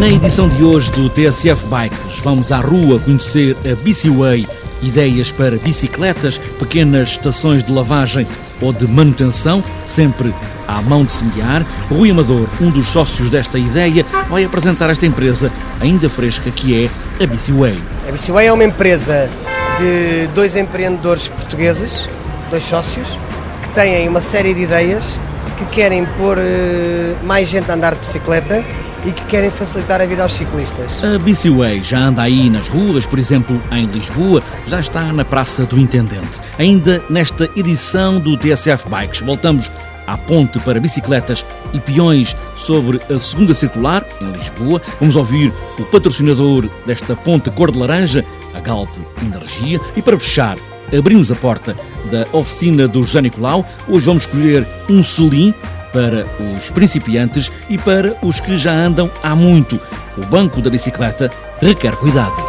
Na edição de hoje do TSF Bikes, vamos à rua conhecer a Biciway, ideias para bicicletas, pequenas estações de lavagem ou de manutenção, sempre à mão de semear. Rui Amador, um dos sócios desta ideia, vai apresentar esta empresa ainda fresca que é a Biciway. A Biciway é uma empresa de dois empreendedores portugueses, dois sócios, que têm uma série de ideias, que querem pôr mais gente a andar de bicicleta e que querem facilitar a vida aos ciclistas. A Biciway já anda aí nas ruas, por exemplo, em Lisboa, já está na Praça do Intendente. Ainda nesta edição do TSF Bikes, voltamos à ponte para bicicletas e peões sobre a segunda circular, em Lisboa. Vamos ouvir o patrocinador desta ponte cor de laranja, a Galp Energia. E para fechar, abrimos a porta da oficina do José Nicolau. Hoje vamos escolher um selim para os principiantes e para os que já andam há muito. O banco da bicicleta requer cuidados.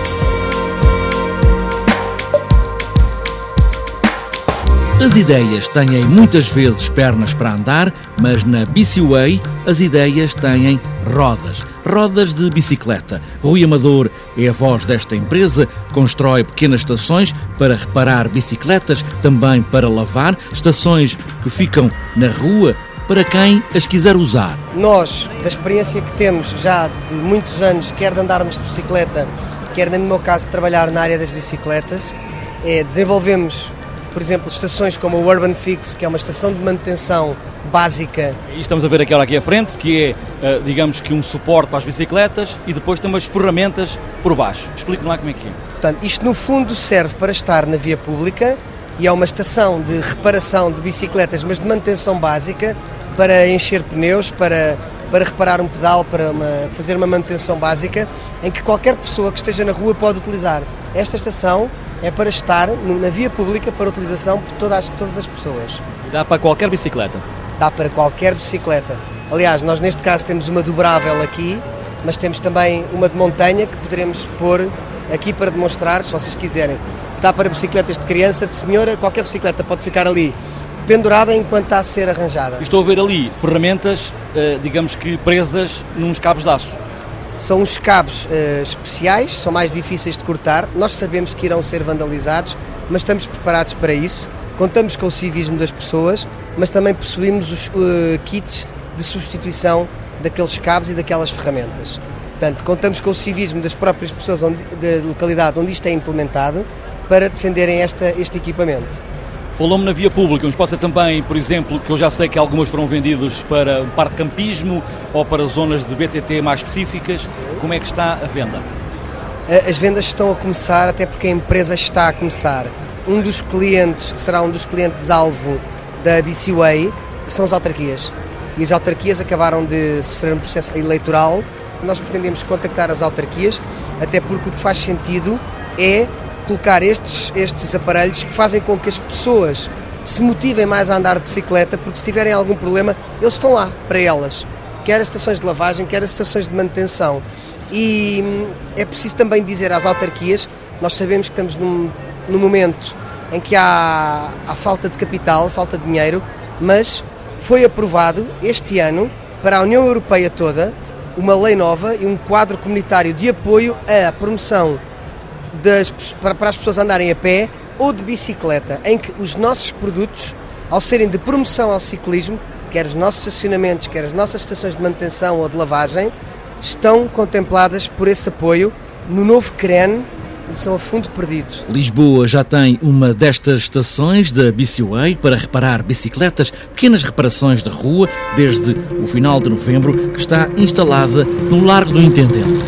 As ideias têm muitas vezes pernas para andar, mas na Biciway as ideias têm rodas. Rodas de bicicleta. Rui Amador é a voz desta empresa, constrói pequenas estações para reparar bicicletas, também para lavar, estações que ficam na rua para quem as quiser usar. Nós, da experiência que temos já de muitos anos, quer de andarmos de bicicleta, quer no meu caso de trabalhar na área das bicicletas, desenvolvemos, por exemplo, estações como a Urban Fix, que é uma estação de manutenção básica. E estamos a ver aquela aqui à frente, que é, digamos que um suporte para as bicicletas e depois tem umas ferramentas por baixo. Explique-me lá como é que é. Portanto, isto no fundo serve para estar na via pública e é uma estação de reparação de bicicletas, mas de manutenção básica, para encher pneus, para reparar um pedal, para fazer uma manutenção básica, em que qualquer pessoa que esteja na rua pode utilizar. Esta estação é para estar na via pública para utilização por todas as pessoas. E dá para qualquer bicicleta? Dá para qualquer bicicleta. Aliás, nós neste caso temos uma dobrável aqui, mas temos também uma de montanha que poderemos pôr aqui para demonstrar, se vocês quiserem. Dá para bicicletas de criança, de senhora, qualquer bicicleta pode ficar ali pendurada enquanto está a ser arranjada. Estou a ver ali ferramentas, digamos que presas nos cabos de aço. São uns cabos especiais, são mais difíceis de cortar. Nós sabemos que irão ser vandalizados, mas estamos preparados para isso. Contamos com o civismo das pessoas, mas também possuímos os kits de substituição daqueles cabos e daquelas ferramentas. Portanto, contamos com o civismo das próprias pessoas da localidade onde isto é implementado para defenderem este equipamento. Falou-me na via pública, mas pode ser também, por exemplo, que eu já sei que algumas foram vendidas para um parque de campismo ou para zonas de BTT mais específicas. Sim. Como é que está a venda? As vendas estão a começar, até porque a empresa está a começar. Um dos clientes, que será um dos clientes-alvo da Biciway, são as autarquias. E as autarquias acabaram de sofrer um processo eleitoral. Nós pretendemos contactar as autarquias, até porque o que faz sentido é colocar estes aparelhos que fazem com que as pessoas se motivem mais a andar de bicicleta, porque se tiverem algum problema, eles estão lá para elas, quer as estações de lavagem, quer as estações de manutenção. E é preciso também dizer às autarquias, nós sabemos que estamos num momento em que há falta de capital, falta de dinheiro, mas foi aprovado este ano para a União Europeia toda uma lei nova e um quadro comunitário de apoio à promoção para as pessoas andarem a pé ou de bicicleta, em que os nossos produtos, ao serem de promoção ao ciclismo, quer os nossos estacionamentos, quer as nossas estações de manutenção ou de lavagem, estão contempladas por esse apoio no novo CREN e são a fundo perdido. Lisboa já tem uma destas estações da Biciway para reparar bicicletas, pequenas reparações de rua, desde o final de novembro, que está instalada no Largo do Intendente.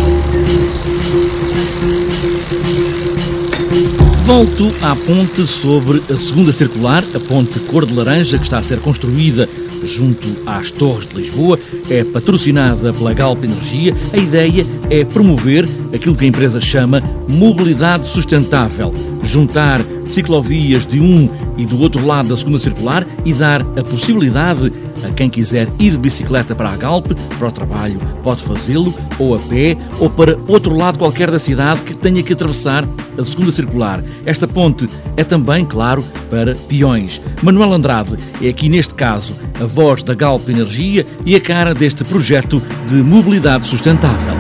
Volto à ponte sobre a segunda circular, a ponte cor de laranja que está a ser construída junto às Torres de Lisboa, é patrocinada pela Galp Energia. A ideia é promover aquilo que a empresa chama mobilidade sustentável, juntar ciclovias de um e do outro lado da segunda circular e dar a possibilidade a quem quiser ir de bicicleta para a Galp, para o trabalho, pode fazê-lo, ou a pé, ou para outro lado qualquer da cidade que tenha que atravessar a segunda circular. Esta ponte é também, claro, para peões. Manuel Andrade é aqui neste caso a voz da Galp Energia e a cara deste projeto de mobilidade sustentável.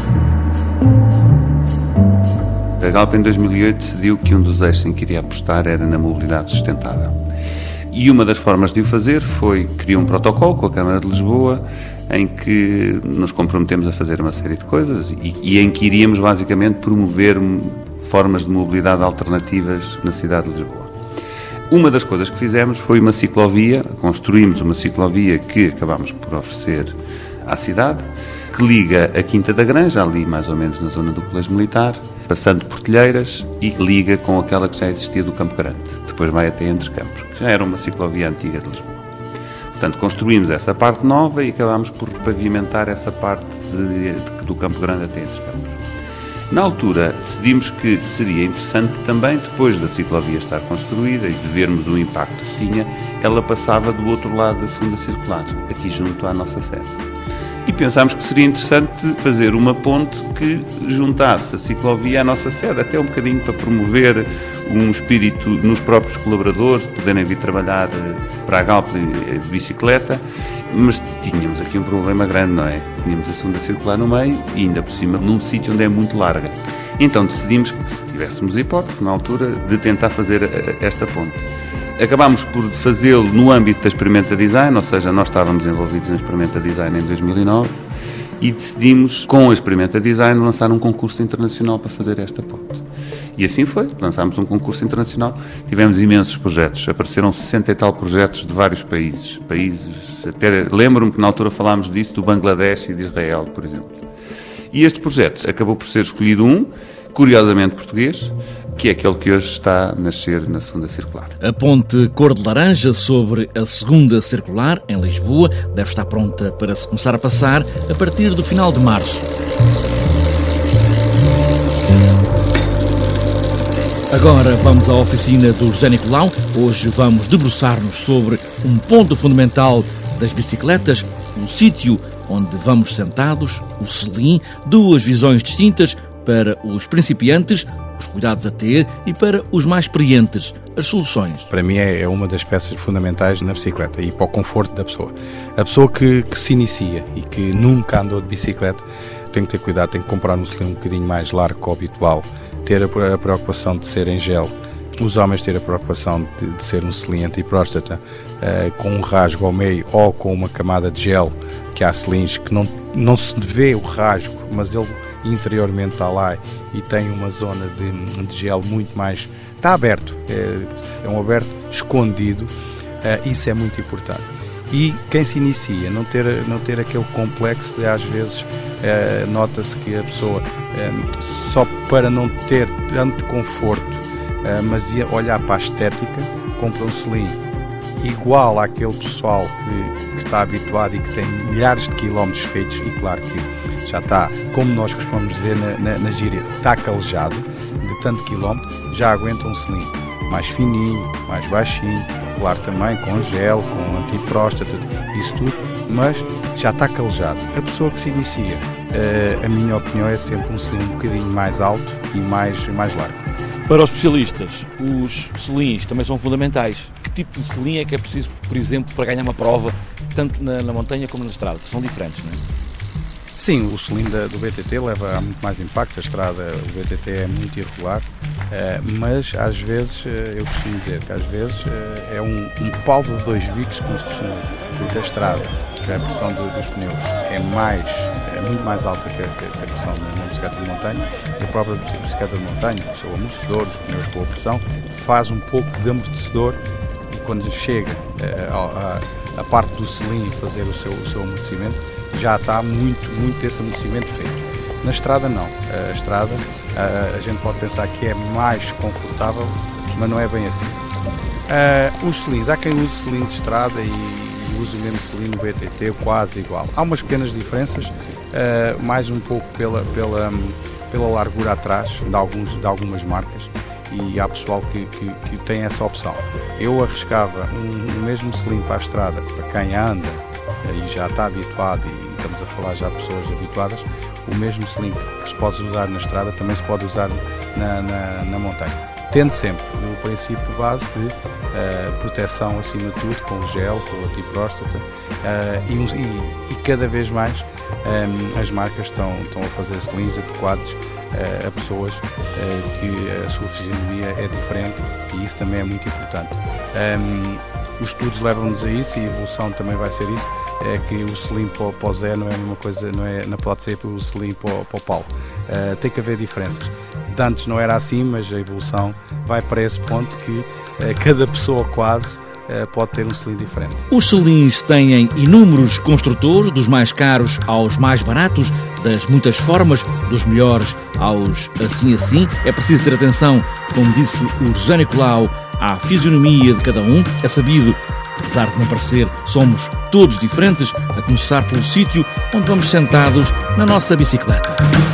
A Galp em 2008 decidiu que um dos eixos em que iria apostar era na mobilidade sustentável. E uma das formas de o fazer foi criar um protocolo com a Câmara de Lisboa em que nos comprometemos a fazer uma série de coisas e em que iríamos basicamente promover formas de mobilidade alternativas na cidade de Lisboa. Uma das coisas que fizemos foi uma ciclovia, construímos uma ciclovia que acabámos por oferecer à cidade, que liga a Quinta da Granja, ali mais ou menos na zona do Colégio Militar, passando por Telheiras e liga com aquela que já existia do Campo Grande, depois vai até Entre Campos, que já era uma ciclovia antiga de Lisboa. Portanto, construímos essa parte nova e acabámos por pavimentar essa parte do Campo Grande até Entre Campos. Na altura, decidimos que seria interessante também, depois da ciclovia estar construída e de vermos o impacto que tinha, ela passava do outro lado da segunda circular, aqui junto à nossa sede. E pensámos que seria interessante fazer uma ponte que juntasse a ciclovia à nossa sede, até um bocadinho para promover um espírito nos próprios colaboradores, de poderem vir trabalhar para a Galp de bicicleta, mas tínhamos aqui um problema grande, não é? Tínhamos a segunda circular no meio e ainda por cima num sítio onde é muito larga. Então decidimos que, se tivéssemos hipótese, na altura, de tentar fazer esta ponte. Acabámos por fazê-lo no âmbito da Experimenta Design, ou seja, nós estávamos envolvidos na Experimenta Design em 2009 e decidimos, com a Experimenta Design, lançar um concurso internacional para fazer esta ponte. E assim foi, lançámos um concurso internacional, tivemos imensos projetos, apareceram 60 e tal projetos de vários países, até lembro-me que na altura falámos disso, do Bangladesh e de Israel, por exemplo. E este projeto acabou por ser escolhido curiosamente português, que é aquele que hoje está a nascer na segunda circular. A ponte cor de laranja sobre a segunda circular, em Lisboa, deve estar pronta para se começar a passar a partir do final de março. Agora vamos à oficina do José Nicolau. Hoje vamos debruçar-nos sobre um ponto fundamental das bicicletas, um sítio onde vamos sentados, o selim, duas visões distintas para os principiantes, os cuidados a ter, e para os mais experientes, as soluções. Para mim é uma das peças fundamentais na bicicleta e para o conforto da pessoa. A pessoa que se inicia e que nunca andou de bicicleta tem que ter cuidado, tem que comprar um selim um bocadinho mais largo que o habitual, ter a preocupação de ser em gel. Os homens ter a preocupação de ser um selim antipróstata com um rasgo ao meio ou com uma camada de gel, que há selins que não se vê o rasgo, mas ele interiormente está lá e tem uma zona de gel muito mais... Está aberto, é um aberto escondido, isso é muito importante. E quem se inicia, não ter aquele complexo de, às vezes, nota-se que a pessoa, só para não ter tanto conforto, mas olhar para a estética, compra um selim igual àquele pessoal que está habituado e que tem milhares de quilómetros feitos, e claro que já está, como nós costumamos dizer na gíria, está calejado de tanto quilómetro, já aguenta um selim mais fininho, mais baixinho, claro também com gel, com antipróstata, isso tudo, mas já está calejado. A pessoa que se inicia, a minha opinião é sempre um selim um bocadinho mais alto e mais largo. Para os especialistas, os selins também são fundamentais. Que tipo de selim é que é preciso, por exemplo, para ganhar uma prova, tanto na montanha como na estrada? São diferentes, não é? Sim, o selim do BTT leva a muito mais impacto, a estrada, o BTT é muito irregular, mas às vezes, eu costumo dizer que às vezes é um pau de dois bicos, como se costuma dizer, porque a estrada, a pressão dos pneus é muito mais alta que a pressão na bicicleta de montanha, e a própria bicicleta de montanha, o seu amortecedor, os pneus com a pressão, faz um pouco de amortecedor, e quando chega a parte do selim e fazer o seu amortecimento, já está muito desse amortecimento feito. Na estrada não, a estrada a gente pode pensar que é mais confortável, mas não é bem assim. Os selins, há quem use selim de estrada e use o mesmo selim no BTT, quase igual. Há umas pequenas diferenças, mais um pouco pela largura atrás de algumas marcas, e há pessoal que tem essa opção. Eu arriscava o mesmo selim para a estrada, para quem anda e já está habituado, e estamos a falar já de pessoas habituadas, o mesmo selim que se pode usar na estrada também se pode usar na montanha. tendo sempre o princípio base de proteção acima de tudo, com gel, com antipróstata, e cada vez mais as marcas estão a fazer slims adequados a pessoas que a sua fisionomia é diferente, e isso também é muito importante. Os estudos levam-nos a isso, e a evolução também vai ser isso, é que o slim para o Zé não é a mesma coisa, não pode ser o slim para o Paulo. Tem que haver diferenças. De antes não era assim, mas a evolução vai para esse ponto que cada pessoa quase pode ter um slim diferente. Os slims têm inúmeros construtores, dos mais caros aos mais baratos, das muitas formas, dos melhores aos assim. É preciso ter atenção, como disse o José Nicolau, à fisionomia de cada um. É sabido, apesar de não parecer, somos todos diferentes, a começar pelo sítio onde vamos sentados na nossa bicicleta.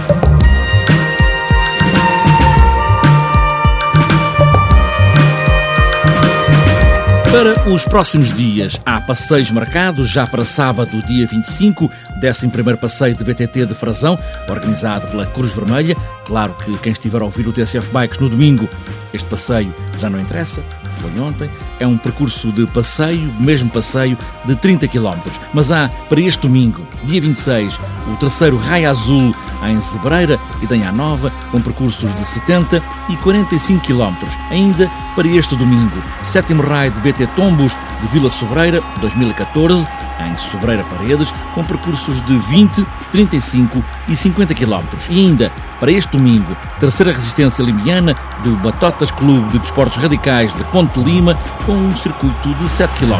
Para os próximos dias, há passeios marcados, já para sábado, dia 25, 11º passeio de BTT de Frazão, organizado pela Cruz Vermelha. Claro que quem estiver a ouvir o TSF Bikes no domingo, este passeio já não interessa, foi ontem. É um percurso de passeio, mesmo passeio, de 30 km. Mas há, para este domingo, dia 26, o terceiro Raia Azul em Zebreira e Danha Nova, com percursos de 70 e 45 km. Ainda para este domingo, 7º Raio de BT Tombos de Vila Sobreira, 2014, em Sobreira Paredes, com percursos de 20, 35 e 50 km. E ainda, para este domingo, terceira Resistência Limiana do Batotas Clube de Desportos Radicais de Ponte de Lima, com um circuito de 7 km.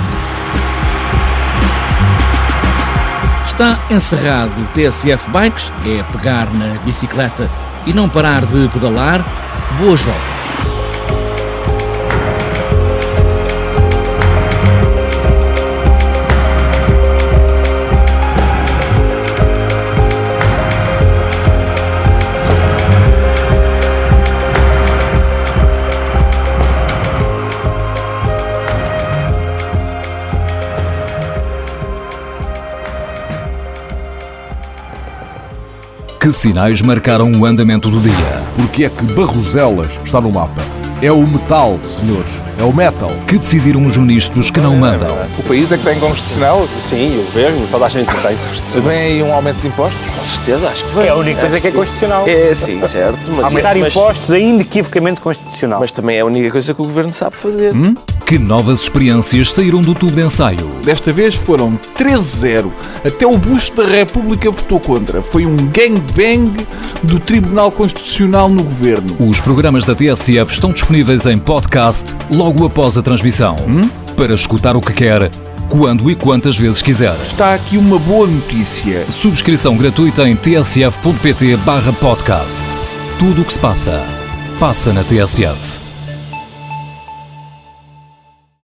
Está encerrado o TSF Bikes, é pegar na bicicleta e não parar de pedalar. Boas voltas! Que sinais marcaram o andamento do dia? Porque é que Barroselas está no mapa? É o metal, senhores. É o metal. Que decidiram os ministros que não mandam? O país é que tem constitucional? Sim, o governo, toda a gente tem constitucional. Vem aí um aumento de impostos? Com certeza, acho que vem. É a única coisa que é constitucional. É, sim, certo. Aumentar impostos é inequivocamente constitucional. Mas também é a única coisa que o governo sabe fazer. Que novas experiências saíram do tubo de ensaio? Desta vez foram 13-0. Até o Busto da República votou contra. Foi um gangbang do Tribunal Constitucional no governo. Os programas da TSF estão disponíveis em podcast logo após a transmissão. Para escutar o que quer, quando e quantas vezes quiser. Está aqui uma boa notícia. Subscrição gratuita em tsf.pt/podcast. Tudo o que se passa, passa na TSF.